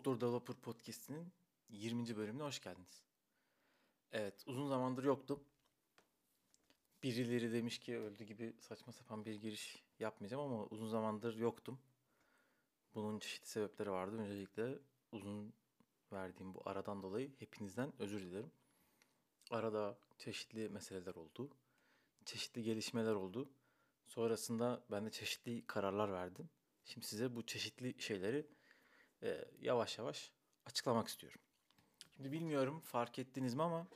Doktor Developer Podcast'inin 20. bölümüne hoş geldiniz. Evet, uzun zamandır yoktum. Birileri demiş ki öldü gibi saçma sapan bir giriş yapmayacağım ama uzun zamandır yoktum. Bunun çeşitli sebepleri vardı. Öncelikle uzun verdiğim bu aradan dolayı hepinizden özür dilerim. Arada çeşitli meseleler oldu. Çeşitli gelişmeler oldu. Sonrasında ben de çeşitli kararlar verdim. Şimdi size bu çeşitli şeyleri yavaş yavaş açıklamak istiyorum. Şimdi bilmiyorum fark ettiniz mi ama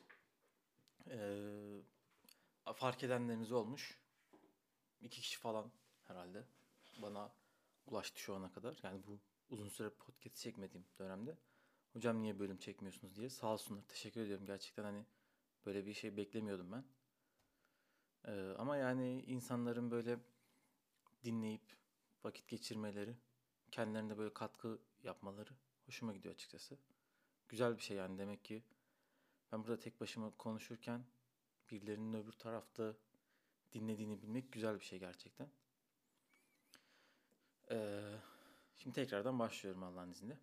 fark edenleriniz olmuş. 2 kişi falan herhalde bana ulaştı şu ana kadar. Yani bu uzun süre podcast çekmediğim dönemde. Hocam niye bölüm çekmiyorsunuz diye. Sağ olsunlar. Teşekkür ediyorum. Gerçekten hani böyle bir şey beklemiyordum ben. Ama yani insanların böyle dinleyip vakit geçirmeleri, kendilerine böyle katkı yapmaları hoşuma gidiyor açıkçası. Güzel bir şey yani demek ki ben burada tek başıma konuşurken birilerinin öbür tarafta dinlediğini bilmek güzel bir şey gerçekten. Ee, Şimdi tekrardan başlıyorum Allah'ın izniyle.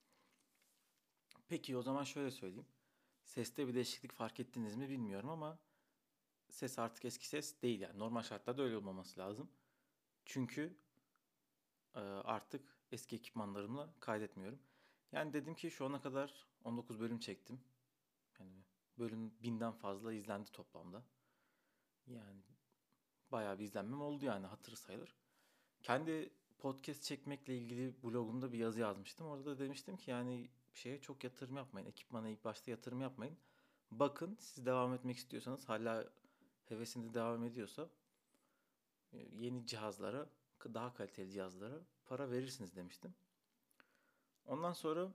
Peki o zaman şöyle söyleyeyim. Seste bir değişiklik fark ettiniz mi bilmiyorum ama ses artık eski ses değil yani. Normal şartlarda öyle olmaması lazım. Çünkü artık eski ekipmanlarımla kaydetmiyorum. Yani dedim ki şu ana kadar 19 bölüm çektim. Yani bölüm 1000'den fazla izlendi toplamda. Yani bayağı bir izlenmem oldu yani hatırı sayılır. Kendi podcast çekmekle ilgili blogumda bir yazı yazmıştım. Orada da demiştim ki yani şeye çok yatırım yapmayın. Ekipmana ilk başta yatırım yapmayın. Bakın siz devam etmek istiyorsanız hala hevesinde devam ediyorsa yeni cihazlara, daha kaliteli cihazlara para verirsiniz demiştim. Ondan sonra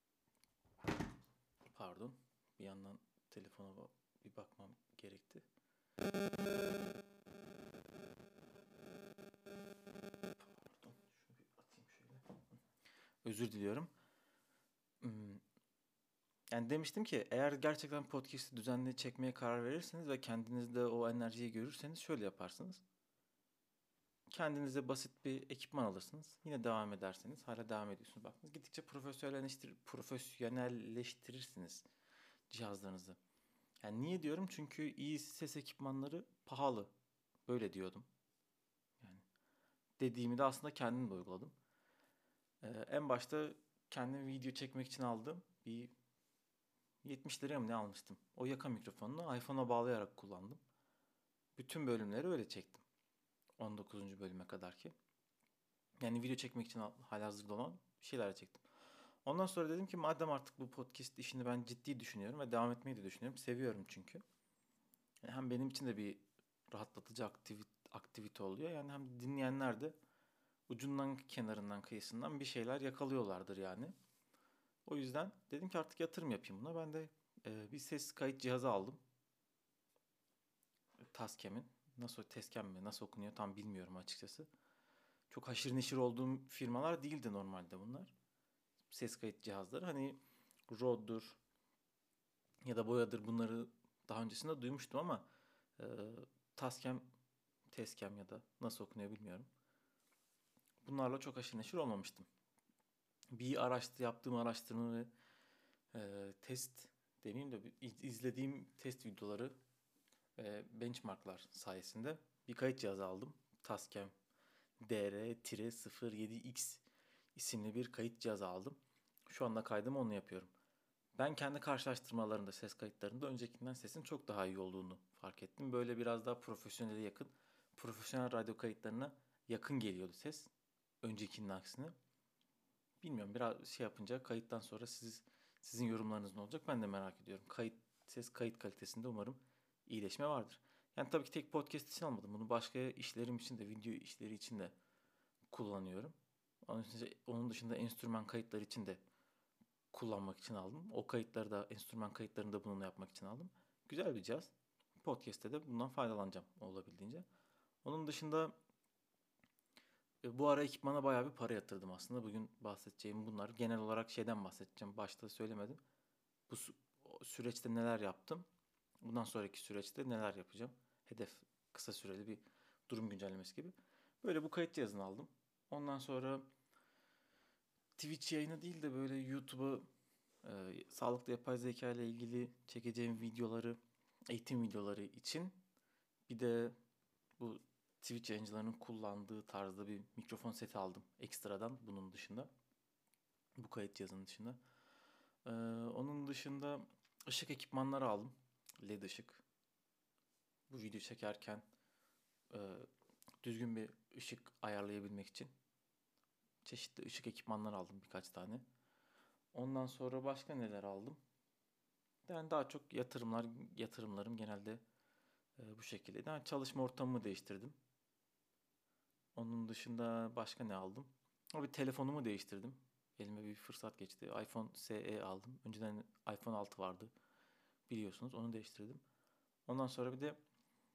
pardon bir yandan telefona bir bakmam gerekti. Pardon şunu bir atayım şöyle. Özür diliyorum. Hmm, Yani demiştim ki eğer gerçekten podcast'i düzenli çekmeye karar verirseniz ve kendinizde o enerjiyi görürseniz şöyle yaparsınız. Kendinize basit bir ekipman alırsınız. Yine devam ederseniz hala devam ediyorsunuz. Bakın gittikçe profesyonelleştirirsiniz cihazlarınızı. Yani niye diyorum? Çünkü iyi ses ekipmanları pahalı. Böyle diyordum. Yani dediğimi de aslında kendim de uyguladım. En başta kendim video çekmek için aldığım bir 70 liraya mı ne almıştım? O yaka mikrofonunu iPhone'a bağlayarak kullandım. Bütün bölümleri öyle çektim. 19. bölüme kadar ki. Yani video çekmek için halihazırda olan şeyler çektim. Ondan sonra dedim ki madem artık bu podcast işini ben ciddi düşünüyorum ve devam etmeyi de düşünüyorum. Seviyorum çünkü. Yani hem benim için de bir rahatlatıcı aktivite oluyor. Yani hem dinleyenler de ucundan kenarından kıyısından bir şeyler yakalıyorlardır yani. O yüzden dedim ki artık yatırım yapayım buna. Ben de bir ses kayıt cihazı aldım. Tascam'in. Nasıl Tascam mi nasıl okunuyor tam bilmiyorum açıkçası. Çok haşır neşir olduğum firmalar değildi normalde bunlar. Ses kayıt cihazları. Hani Rode'dur ya da Boya'dır bunları daha öncesinde duymuştum ama e, Tascam, Tascam ya da nasıl okunuyor bilmiyorum. Bunlarla çok haşır neşir olmamıştım. Yaptığım araştırma ve test demeyeyim de izlediğim test videoları ve benchmarklar sayesinde bir kayıt cihazı aldım. Tascam DR-07X isimli bir kayıt cihazı aldım. Şu anda kaydımı onunla yapıyorum. Ben kendi karşılaştırmalarında, ses kayıtlarında öncekinden sesin çok daha iyi olduğunu fark ettim. Böyle biraz daha profesyonele yakın, profesyonel radyo kayıtlarına yakın geliyordu ses. Öncekinin aksine. Bilmiyorum biraz şey yapınca kayıttan sonra sizin yorumlarınız ne olacak ben de merak ediyorum. Ses kayıt kalitesinde umarım iyileşme vardır. Yani tabii ki tek podcast için almadım. Bunu başka işlerim için de, video işleri için de kullanıyorum. Onun dışında enstrüman kayıtları için de kullanmak için aldım. O kayıtları da enstrüman kayıtlarını da bununla yapmak için aldım. Güzel bir cihaz. Podcast'te de bundan faydalanacağım olabildiğince. Onun dışında bu ara ekipmana bayağı bir para yatırdım aslında. Bugün bahsedeceğim bunlar. Genel olarak şeyden bahsedeceğim. Başta söylemedim. Bu süreçte neler yaptım? Bundan sonraki süreçte neler yapacağım? Hedef kısa süreli bir durum güncellemesi gibi. Böyle bu kayıt cihazını aldım. Ondan sonra Twitch yayını değil de böyle YouTube'a sağlıklı yapay zeka ile ilgili çekeceğim videoları, eğitim videoları için bir de bu Twitch yayıncılarının kullandığı tarzda bir mikrofon seti aldım ekstradan bunun dışında. Bu kayıt cihazının dışında. Ee, Onun dışında ışık ekipmanları aldım. LED ışık. Bu video çekerken e, düzgün bir ışık ayarlayabilmek için çeşitli ışık ekipmanları aldım birkaç tane. Ondan sonra başka neler aldım? Yani daha çok yatırımlarım genelde bu şekilde. Yani çalışma ortamımı değiştirdim. Onun dışında başka ne aldım? Bir telefonumu değiştirdim. Elime bir fırsat geçti. iPhone SE aldım. Önceden iPhone 6 vardı. Biliyorsunuz onu değiştirdim. Ondan sonra bir de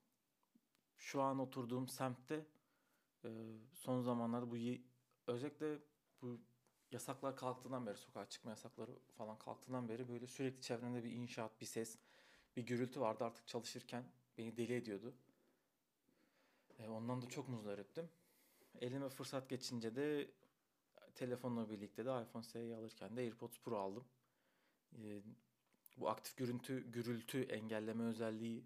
şu an oturduğum semtte e, son zamanlarda özellikle bu yasaklar kalktığından beri, sokağa çıkma yasakları falan kalktığından beri böyle sürekli çevremde bir inşaat, bir ses, bir gürültü vardı. Artık çalışırken beni deli ediyordu. Ondan da çok muzdariptim. Elime fırsat geçince de telefonla birlikte de iPhone SE'yi alırken de AirPods Pro aldım. E, Bu aktif gürültü engelleme özelliği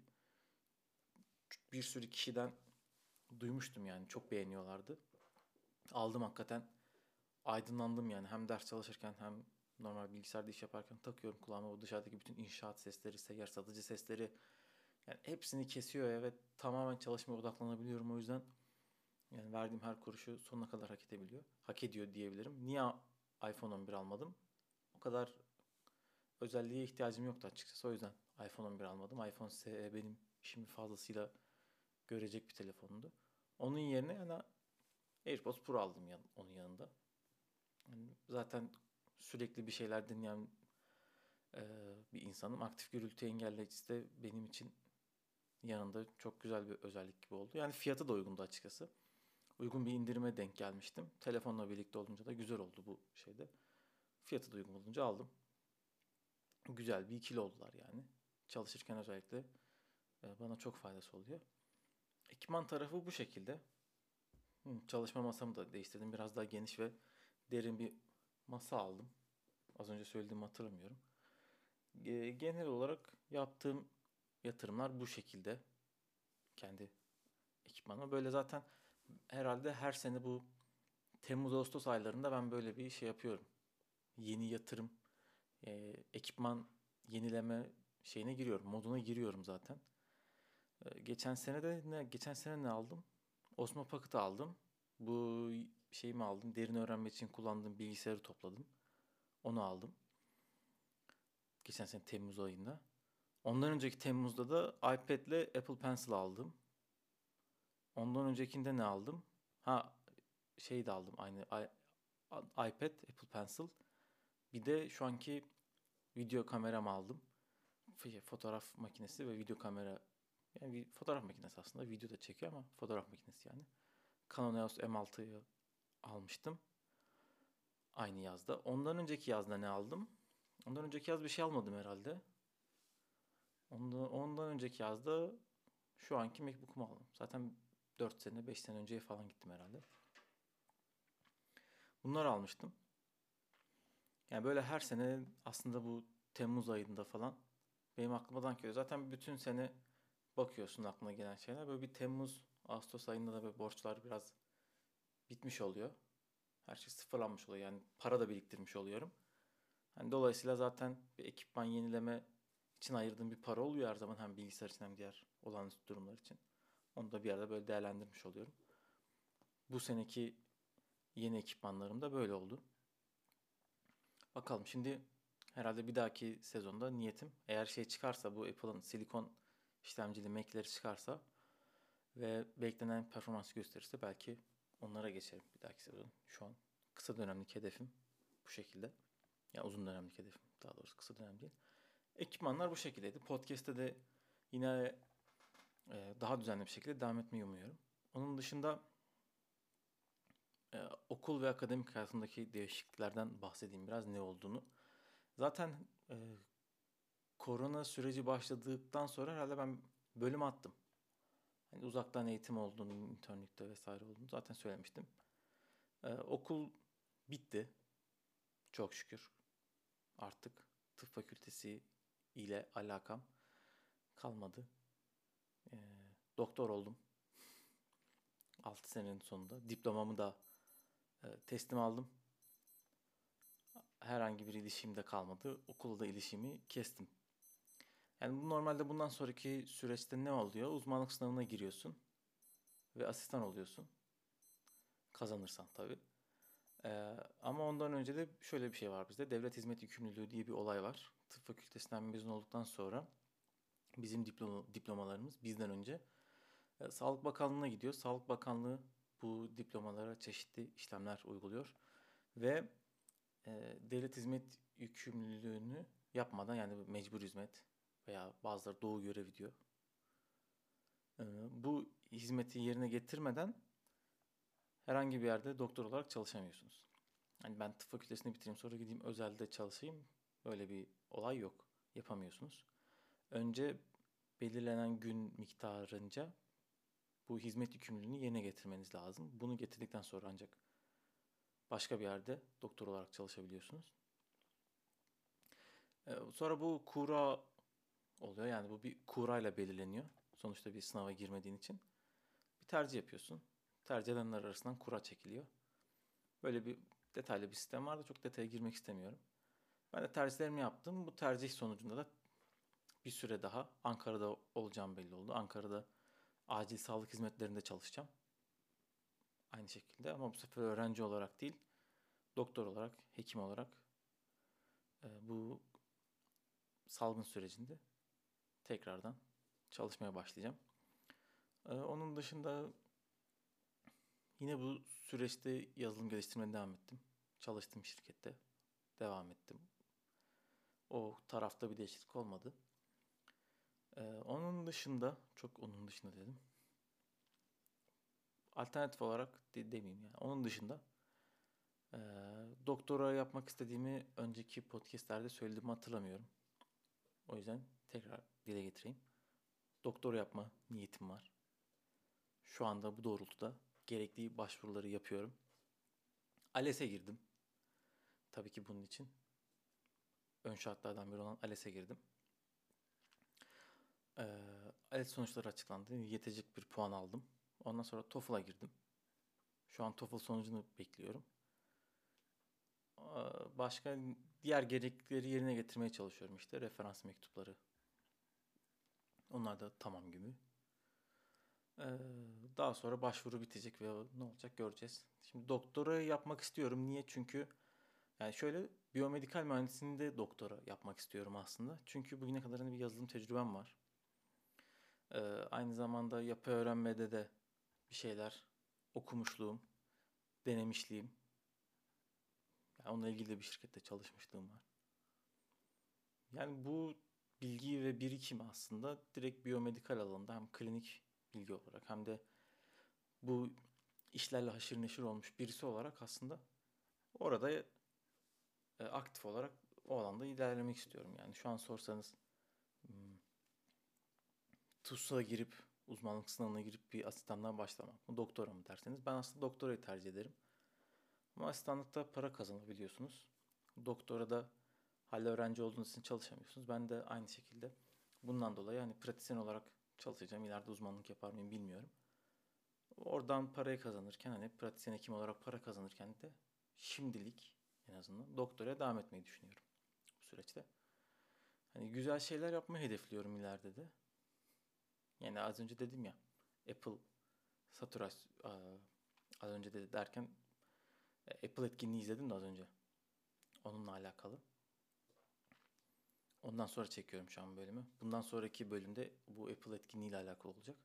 bir sürü kişiden duymuştum, yani çok beğeniyorlardı. Aldım hakikaten, aydınlandım yani, hem ders çalışırken hem normal bilgisayarda iş yaparken takıyorum kulağıma, o dışarıdaki bütün inşaat sesleri, seyyar satıcı sesleri, yani hepsini kesiyor ve tamamen çalışmaya odaklanabiliyorum. O yüzden yani verdiğim her kuruşu sonuna kadar hak ediyor diyebilirim. Niye iPhone 11 almadım? O kadar özelliğe ihtiyacım yoktu açıkçası. O yüzden iPhone 11 almadım. iPhone SE benim işimi fazlasıyla görecek bir telefondu. Onun yerine yani AirPods Pro aldım onun yanında. Yani zaten sürekli bir şeyler dinleyen bir insanım. Aktif gürültü engelleyicisi de benim için yanında çok güzel bir özellik gibi oldu. Yani fiyatı da uygundu açıkçası. Uygun bir indirime denk gelmiştim. Telefonla birlikte olunca da güzel oldu bu şeyde. Fiyatı da uygun olunca aldım. Güzel bir ikili oldular yani. Çalışırken özellikle bana çok faydası oluyor. Ekipman tarafı bu şekilde. Çalışma masamı da değiştirdim. Biraz daha geniş ve derin bir masa aldım. Az önce söylediğimi hatırlamıyorum. Genel olarak yaptığım yatırımlar bu şekilde. Kendi ekipmanıma. Böyle zaten herhalde her sene bu Temmuz-Ağustos aylarında ben böyle bir şey yapıyorum. Yeni yatırım, ekipman yenileme şeyine giriyorum. Moduna giriyorum zaten. Geçen sene ne aldım? Osmo Pocket aldım. Bu şeyimi aldım. Derin öğrenme için kullandığım bilgisayarı topladım. Onu aldım. Geçen sene Temmuz ayında. Ondan önceki Temmuz'da da iPad ile Apple Pencil aldım. Ondan öncekinde ne aldım? Ha, şey de aldım aynı iPad, Apple Pencil. Bir de şu anki video kameramı aldım. Fotoğraf makinesi ve video kamera. Yani bir fotoğraf makinesi aslında. Video da çekiyor ama fotoğraf makinesi yani. Canon EOS M6'yı almıştım. Aynı yazda. Ondan önceki yazda ne aldım? Ondan önceki yaz bir şey almadım herhalde. Ondan önceki yazda şu anki MacBook'umu aldım. Zaten 4 sene 5 sene önceye falan gittim herhalde. Bunları almıştım. Yani böyle her sene aslında bu Temmuz ayında falan benim aklıma dank geliyor. Zaten bütün sene bakıyorsun aklına gelen şeyler. Böyle bir Temmuz, Ağustos ayında da böyle borçlar biraz bitmiş oluyor. Her şey sıfırlanmış oluyor. Yani para da biriktirmiş oluyorum. Hani dolayısıyla zaten bir ekipman yenileme için ayırdığım bir para oluyor her zaman. Hem bilgisayar için hem diğer olağanüstü durumlar için. Onu da bir arada böyle değerlendirmiş oluyorum. Bu seneki yeni ekipmanlarım da böyle oldu. Bakalım şimdi, herhalde bir dahaki sezonda niyetim, eğer şey çıkarsa, bu Apple'ın silikon işlemcili Mac'leri çıkarsa ve beklenen performans gösterirse belki onlara geçerim bir dahaki sezon. Şu an kısa dönemlik hedefim bu şekilde. Yani uzun dönemlik hedefim daha doğrusu, kısa dönem değil. Ekipmanlar bu şekildeydi. Podcast'te de yine daha düzenli bir şekilde devam etmeyi umuyorum. Onun dışında okul ve akademik hayatımdaki değişikliklerden bahsedeyim biraz, ne olduğunu. Zaten korona süreci başladıktan sonra herhalde ben bölüm attım. Hani uzaktan eğitim olduğunu, internlükte vesaire olduğunu zaten söylemiştim. Okul bitti. Çok şükür artık tıp fakültesi ile alakam kalmadı. Ee, Doktor oldum 6 senenin sonunda. Diplomamı da teslim aldım. Herhangi bir ilişkim de kalmadı. Okulda da ilişkimi kestim. Yani normalde bundan sonraki süreçte ne oluyor? Uzmanlık sınavına giriyorsun ve asistan oluyorsun. Kazanırsan tabii. Ama ondan önce de şöyle bir şey var bizde. Devlet hizmet yükümlülüğü diye bir olay var. Tıp fakültesinden mezun olduktan sonra bizim diplomalarımız bizden önce Sağlık Bakanlığı'na gidiyor. Sağlık Bakanlığı bu diplomalara çeşitli işlemler uyguluyor. Ve devlet hizmet yükümlülüğünü yapmadan, yani mecbur hizmet veya bazıları doğu görevi diyor. Bu hizmeti yerine getirmeden herhangi bir yerde doktor olarak çalışamıyorsunuz. Hani ben tıp fakültesini bitireyim sonra gideyim özelde çalışayım. Böyle bir olay yok. Yapamıyorsunuz. Önce belirlenen gün miktarınca bu hizmet yükümlülüğünü yerine getirmeniz lazım. Bunu getirdikten sonra ancak başka bir yerde doktor olarak çalışabiliyorsunuz. Sonra bu kura oluyor. Yani bu bir kurayla belirleniyor. Sonuçta bir sınava girmediğin için. Bir tercih yapıyorsun. Tercih edenler arasından kura çekiliyor. Böyle bir detaylı bir sistem var da çok detaya girmek istemiyorum. Ben de tercihlerimi yaptım. Bu tercih sonucunda da bir süre daha Ankara'da olacağım belli oldu. Ankara'da acil sağlık hizmetlerinde çalışacağım. Aynı şekilde ama bu sefer öğrenci olarak değil, doktor olarak, hekim olarak bu salgın sürecinde tekrardan çalışmaya başlayacağım. Onun dışında yine bu süreçte yazılım geliştirmeye devam ettim. Çalıştığım şirkette devam ettim. O tarafta bir değişiklik olmadı. Onun dışında, çok onun dışında dedim. Alternatif olarak demeyeyim yani. Onun dışında e, doktora yapmak istediğimi önceki podcastlerde söylediğimi hatırlamıyorum. O yüzden tekrar dile getireyim. Doktora yapma niyetim var. Şu anda bu doğrultuda gerekli başvuruları yapıyorum. ALES'e girdim. Tabii ki bunun için. Ön şartlardan biri olan ALES'e girdim. ALES sonuçları açıklandı. Yetecek bir puan aldım. Ondan sonra TOEFL'a girdim. Şu an TOEFL sonucunu bekliyorum. Başka diğer gereklilikleri yerine getirmeye çalışıyorum işte. Referans mektupları. Onlar da tamam gibi. Daha sonra başvuru bitecek ve ne olacak göreceğiz. Şimdi doktora yapmak istiyorum. Niye? Çünkü yani şöyle, biyomedikal mühendisliğinde doktora yapmak istiyorum aslında. Çünkü bugüne kadar hani bir yazılım tecrübem var. Aynı zamanda yapı öğrenmede de bir şeyler okumuşluğum, denemişliğim. Yani onunla ilgili de bir şirkette çalışmışlığım var. Yani bu bilgi ve birikim aslında direkt biyomedikal alanında hem klinik bilgi olarak hem de bu işlerle haşır neşir olmuş birisi olarak aslında orada aktif olarak o alanda ilerlemek istiyorum. Yani şu an sorsanız hmm, TUS'a girip uzmanlık sınavına girip bir asistandan başlamak mı, doktora mı derseniz ben aslında doktorayı tercih ederim. Ama asistanlıkta para kazanabiliyorsunuz. Doktora da hala öğrenci olduğunuz için çalışamıyorsunuz. Ben de aynı şekilde bundan dolayı hani pratisyen olarak çalışacağım. İleride uzmanlık yapar mıyım bilmiyorum. Oradan parayı kazanırken, hani pratisyen hekim olarak para kazanırken de şimdilik en azından doktoraya devam etmeyi düşünüyorum bu süreçte. Hani güzel şeyler yapmayı hedefliyorum ileride de. Yani az önce dedim ya, Apple saturas az önce de derken Apple etkinliği izledim de az önce. Onunla alakalı. Ondan sonra çekiyorum şu an bölümü. Bundan sonraki bölümde bu Apple etkinliği ile alakalı olacak.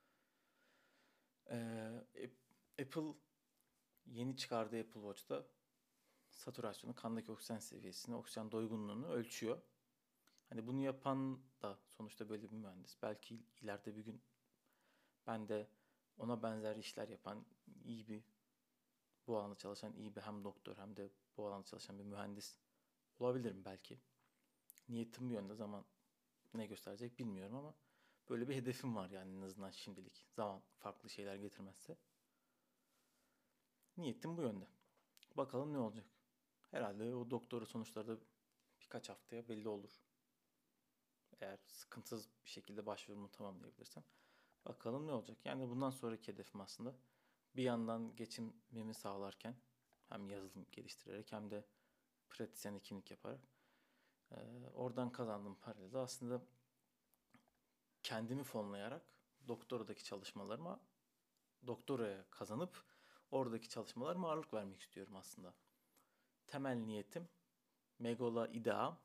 Apple yeni çıkardığı Apple Watch'ta satürasyonu, kandaki oksijen seviyesini, oksijen doygunluğunu ölçüyor. Hani bunu yapan da sonuçta böyle bir mühendis. Belki ileride bir gün ben de ona benzer işler yapan iyi bir, bu alanda çalışan iyi bir hem doktor hem de bu alanda çalışan bir mühendis olabilirim belki. Niyetim bu yönde, zaman ne gösterecek bilmiyorum ama böyle bir hedefim var yani en azından şimdilik. Zaman farklı şeyler getirmezse. Niyetim bu yönde. Bakalım ne olacak. Herhalde o doktora sonuçları da birkaç haftaya belli olur. Eğer sıkıntısız bir şekilde başvurumu tamamlayabilirsem. Bakalım ne olacak. Yani bundan sonraki hedefim aslında bir yandan geçimimi sağlarken hem yazılım geliştirerek hem de pratisyen hekimlik yaparak e, oradan kazandığım parayla da aslında kendimi fonlayarak doktoradaki çalışmalarıma doktoraya kazanıp oradaki çalışmalarıma ağırlık vermek istiyorum aslında. Temel niyetim megalo idea,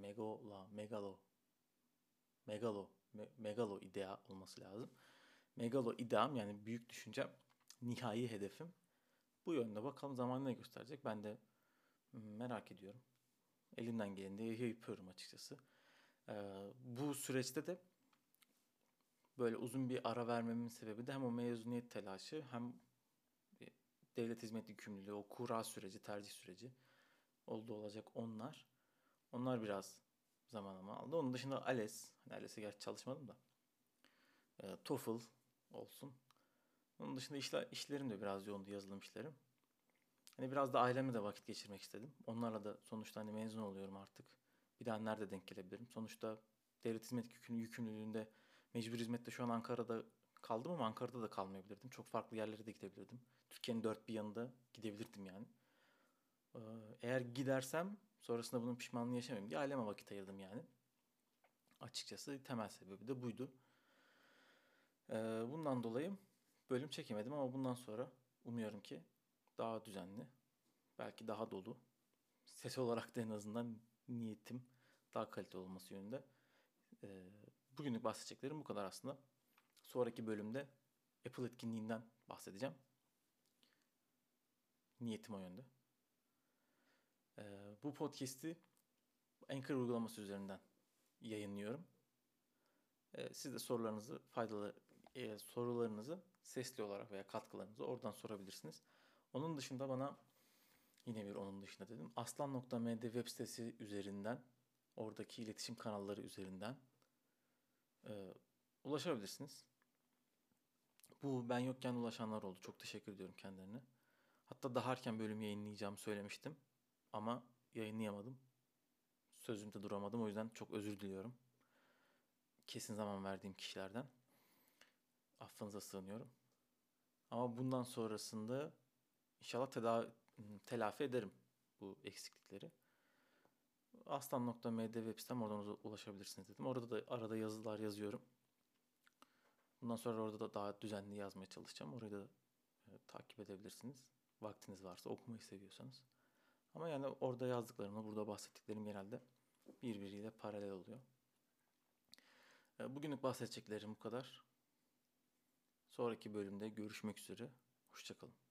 megalo idea olması lazım. Megalo ideam yani büyük düşüncem, nihai hedefim. Bu yönde bakalım zaman ne gösterecek. Ben de merak ediyorum. Elimden geleni de yapıyorum açıkçası. Bu süreçte de böyle uzun bir ara vermemin sebebi de hem o mezuniyet telaşı hem devlet hizmet yükümlülüğü, o kura süreci, tercih süreci oldu olacak onlar. Onlar biraz zamanımı aldı. Onun dışında ALES, hani ALES'e gerçi çalışmadım da TOEFL olsun. Onun dışında işlerim de biraz yoğundu, yazılım işlerim. Hani biraz da ailemle de vakit geçirmek istedim. Onlarla da sonuçta hani mezun oluyorum artık. Bir daha nerede denk gelebilirim? Sonuçta devlet hizmet yükümlülüğünde mecbur hizmette şu an Ankara'da kaldım ama Ankara'da da kalmayabilirdim. Çok farklı yerlere de gidebilirdim. Türkiye'nin dört bir yanında gidebilirdim yani. Ee, Eğer gidersem sonrasında bunun pişmanlığını yaşamayayım diye aileme vakit ayırdım yani. Açıkçası temel sebebi de buydu. Bundan dolayı bölüm çekemedim ama bundan sonra umuyorum ki daha düzenli, belki daha dolu, ses olarak da en azından niyetim daha kaliteli olması yönünde. Ee, Bugünlük bahsedeceklerim bu kadar aslında. Sonraki bölümde Apple etkinliğinden bahsedeceğim. Niyetim o yönde. Bu podcast'i Anchor uygulaması üzerinden yayınlıyorum. Siz de sorularınızı sesli olarak veya katkılarınızı oradan sorabilirsiniz. Onun dışında bana yine bir onun dışında dedim. Aslan.md web sitesi üzerinden oradaki iletişim kanalları üzerinden e, ulaşabilirsiniz. Bu ben yokken ulaşanlar oldu. Çok teşekkür ediyorum kendilerine. Hatta daha erken bölüm yayınlayacağımı söylemiştim. Ama yayınlayamadım. Sözümde duramadım. O yüzden çok özür diliyorum. Kesin zaman verdiğim kişilerden. Affınıza sığınıyorum. Ama bundan sonrasında inşallah telafi ederim bu eksiklikleri. Aslan.md web sitem, oradan ulaşabilirsiniz dedim. Orada da arada yazılar yazıyorum. Bundan sonra orada da daha düzenli yazmaya çalışacağım. Orayı da takip edebilirsiniz. Vaktiniz varsa, okumayı seviyorsanız. Ama yani orada yazdıklarımla burada bahsettiklerim genelde birbiriyle paralel oluyor. Bugünlük bahsedeceklerim bu kadar. Sonraki bölümde görüşmek üzere. Hoşça kalın.